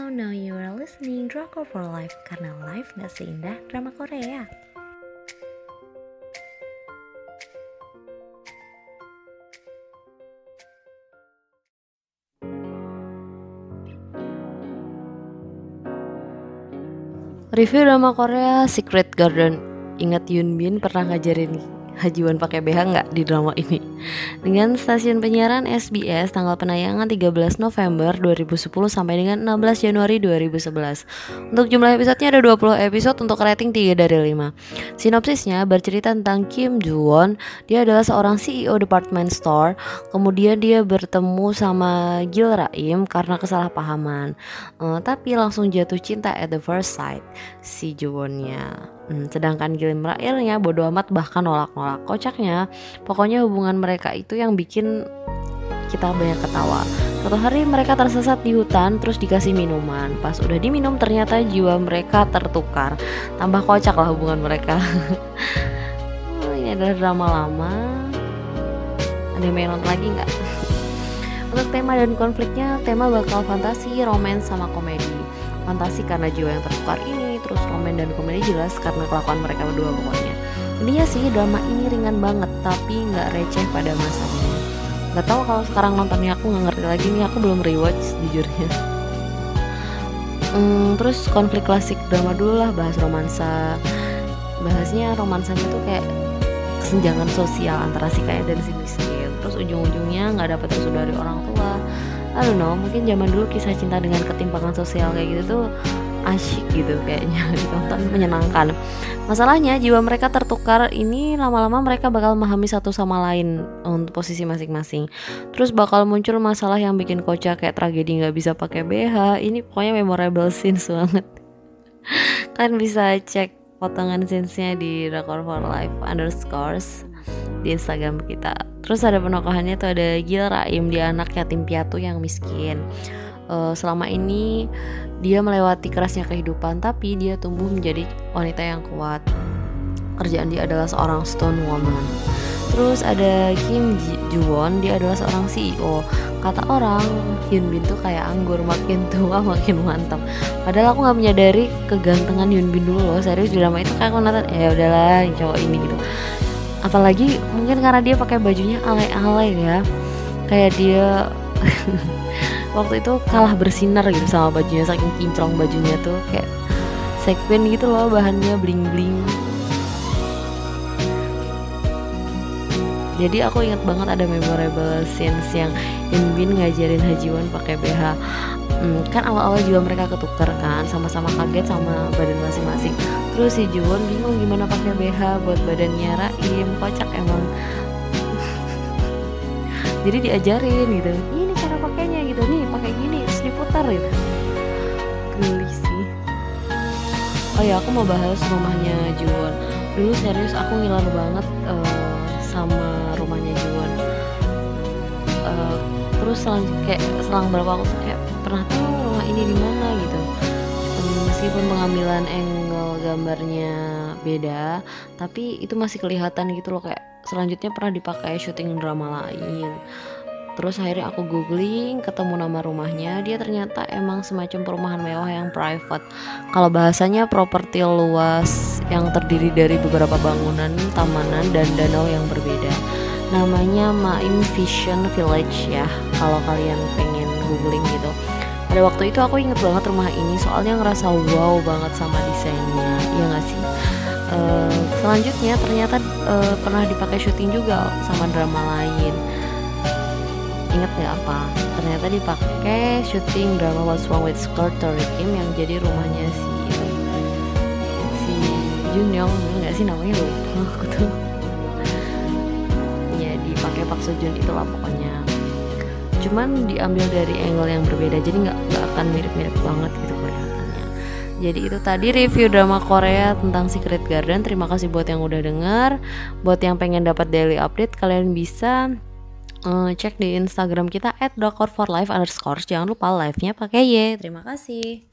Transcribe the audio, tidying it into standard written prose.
Now you are listening Drakor for Life, karena life gak seindah drama Korea. Review drama Korea Secret Garden. Ingat Yoon Bin pernah ngajarin Hajiwon pakai BH nggak di drama ini? Dengan stasiun penyiaran SBS, tanggal penayangan 13 November 2010 sampai dengan 16 Januari 2011. Untuk jumlah episodenya ada 20 episode untuk rating 3 dari 5. Sinopsisnya bercerita tentang Kim Joo-won. Dia adalah seorang CEO department store. Kemudian dia bertemu sama Gil Raim karena kesalahpahaman. Tapi langsung jatuh cinta at the first sight si Joo-wonnya. Sedangkan Gil Raimnya bodo amat, bahkan nolak-nolak. Kocaknya, pokoknya hubungan mereka itu yang bikin kita banyak ketawa. Suatu hari mereka tersesat di hutan, terus dikasih minuman. Pas udah diminum ternyata jiwa mereka tertukar. Tambah kocak lah hubungan mereka. Ini adalah drama lama. Ada yang nonton lagi nggak? Untuk tema dan konfliknya, tema bakal fantasi, romance, sama komedi. Fantasi karena jiwa yang tertukar ini, terus roman dan komedi jelas karena kelakuan mereka berdua pokoknya. Intinya sih drama ini ringan banget tapi nggak receh pada masanya. Nggak tahu kalau sekarang nontonnya aku nggak ngerti lagi nih, aku belum rewatch jujurnya. Terus konflik klasik drama dulu lah, bahas romansa. Bahasnya romansanya tuh kayak kesenjangan sosial antara si kaya dan si miskin. Terus ujung-ujungnya nggak dapet restu dari orang tua. I don't know, mungkin zaman dulu kisah cinta dengan ketimpangan sosial kayak gitu tuh asyik gitu kayaknya, ditonton menyenangkan. Masalahnya jiwa mereka tertukar ini, lama-lama mereka bakal memahami satu sama lain untuk posisi masing-masing. Terus bakal muncul masalah yang bikin kocak kayak tragedi nggak bisa pakai BH. Ini pokoknya memorable scenes banget. Kalian bisa cek potongan scenes-nya di Drakor for Life _ di Instagram kita. Terus ada penokohannya tuh, ada Gil Raim, dia anak yatim piatu yang miskin. Selama ini dia melewati kerasnya kehidupan, tapi dia tumbuh menjadi wanita yang kuat. Kerjaan dia adalah seorang stone woman. Terus ada Kim Joo-won, dia adalah seorang CEO. Kata orang, Hyun Bin tuh kayak anggur, makin tua makin mantap. Padahal aku nggak menyadari kegantengan Hyun Bin dulu loh. Serius di drama itu kayak aku nonton, ya udahlah cowok ini gitu. Apalagi mungkin karena dia pakai bajunya alay-alay ya, kayak dia waktu itu kalah bersinar gitu sama bajunya, saking kinclong bajunya tuh, kayak sequin gitu loh, bahannya bling-bling. Jadi aku ingat banget ada memorable scenes yang Hyun Bin ngajarin Hajiwon pakai BH. Kan awal-awal juga mereka ketukar kan, sama-sama kaget sama badan masing-masing. Terus si Joo-won bingung gimana pakai BH buat badannya Raim, kocak emang. Jadi diajarin gitu, ini cara pakainya gitu, nih pakai gini, terus diputar gitu. Geli sih. Oh ya, aku mau bahas rumahnya Joo-won. Dulu serius aku ngiler banget sama rumahnya Joo-won. Terus selang berapa waktu kayak pernah tahu rumah ini di mana gitu. Meskipun pengambilan angle gambarnya beda, tapi itu masih kelihatan gitu loh, kayak selanjutnya pernah dipakai syuting drama lain. Terus akhirnya aku googling, ketemu nama rumahnya, dia ternyata emang semacam perumahan mewah yang private. Kalau bahasanya properti luas yang terdiri dari beberapa bangunan, tamanan, dan danau yang berbeda. Namanya Maim Vision Village ya, kalau kalian pengen googling gitu. Pada waktu itu aku inget banget rumah ini, soalnya ngerasa wow banget sama desainnya, iya gak sih? Selanjutnya ternyata pernah dipakai syuting juga sama drama lain. Ingat gak apa? Ternyata dipakai syuting drama What's Wrong with Scottery Kim yang jadi rumahnya si Junyoung, nggak sih namanya, lupa aku tuh. Ya dipakai Park Seo-joon itulah pokoknya. Cuman diambil dari angle yang berbeda, jadi nggak akan mirip-mirip banget gitu kelihatannya. Jadi itu tadi review drama Korea tentang Secret Garden. Terima kasih buat yang udah denger. Buat yang pengen dapat daily update, kalian bisa cek di Instagram kita @drakor4life_. Jangan lupa live-nya pakai Y. Terima kasih.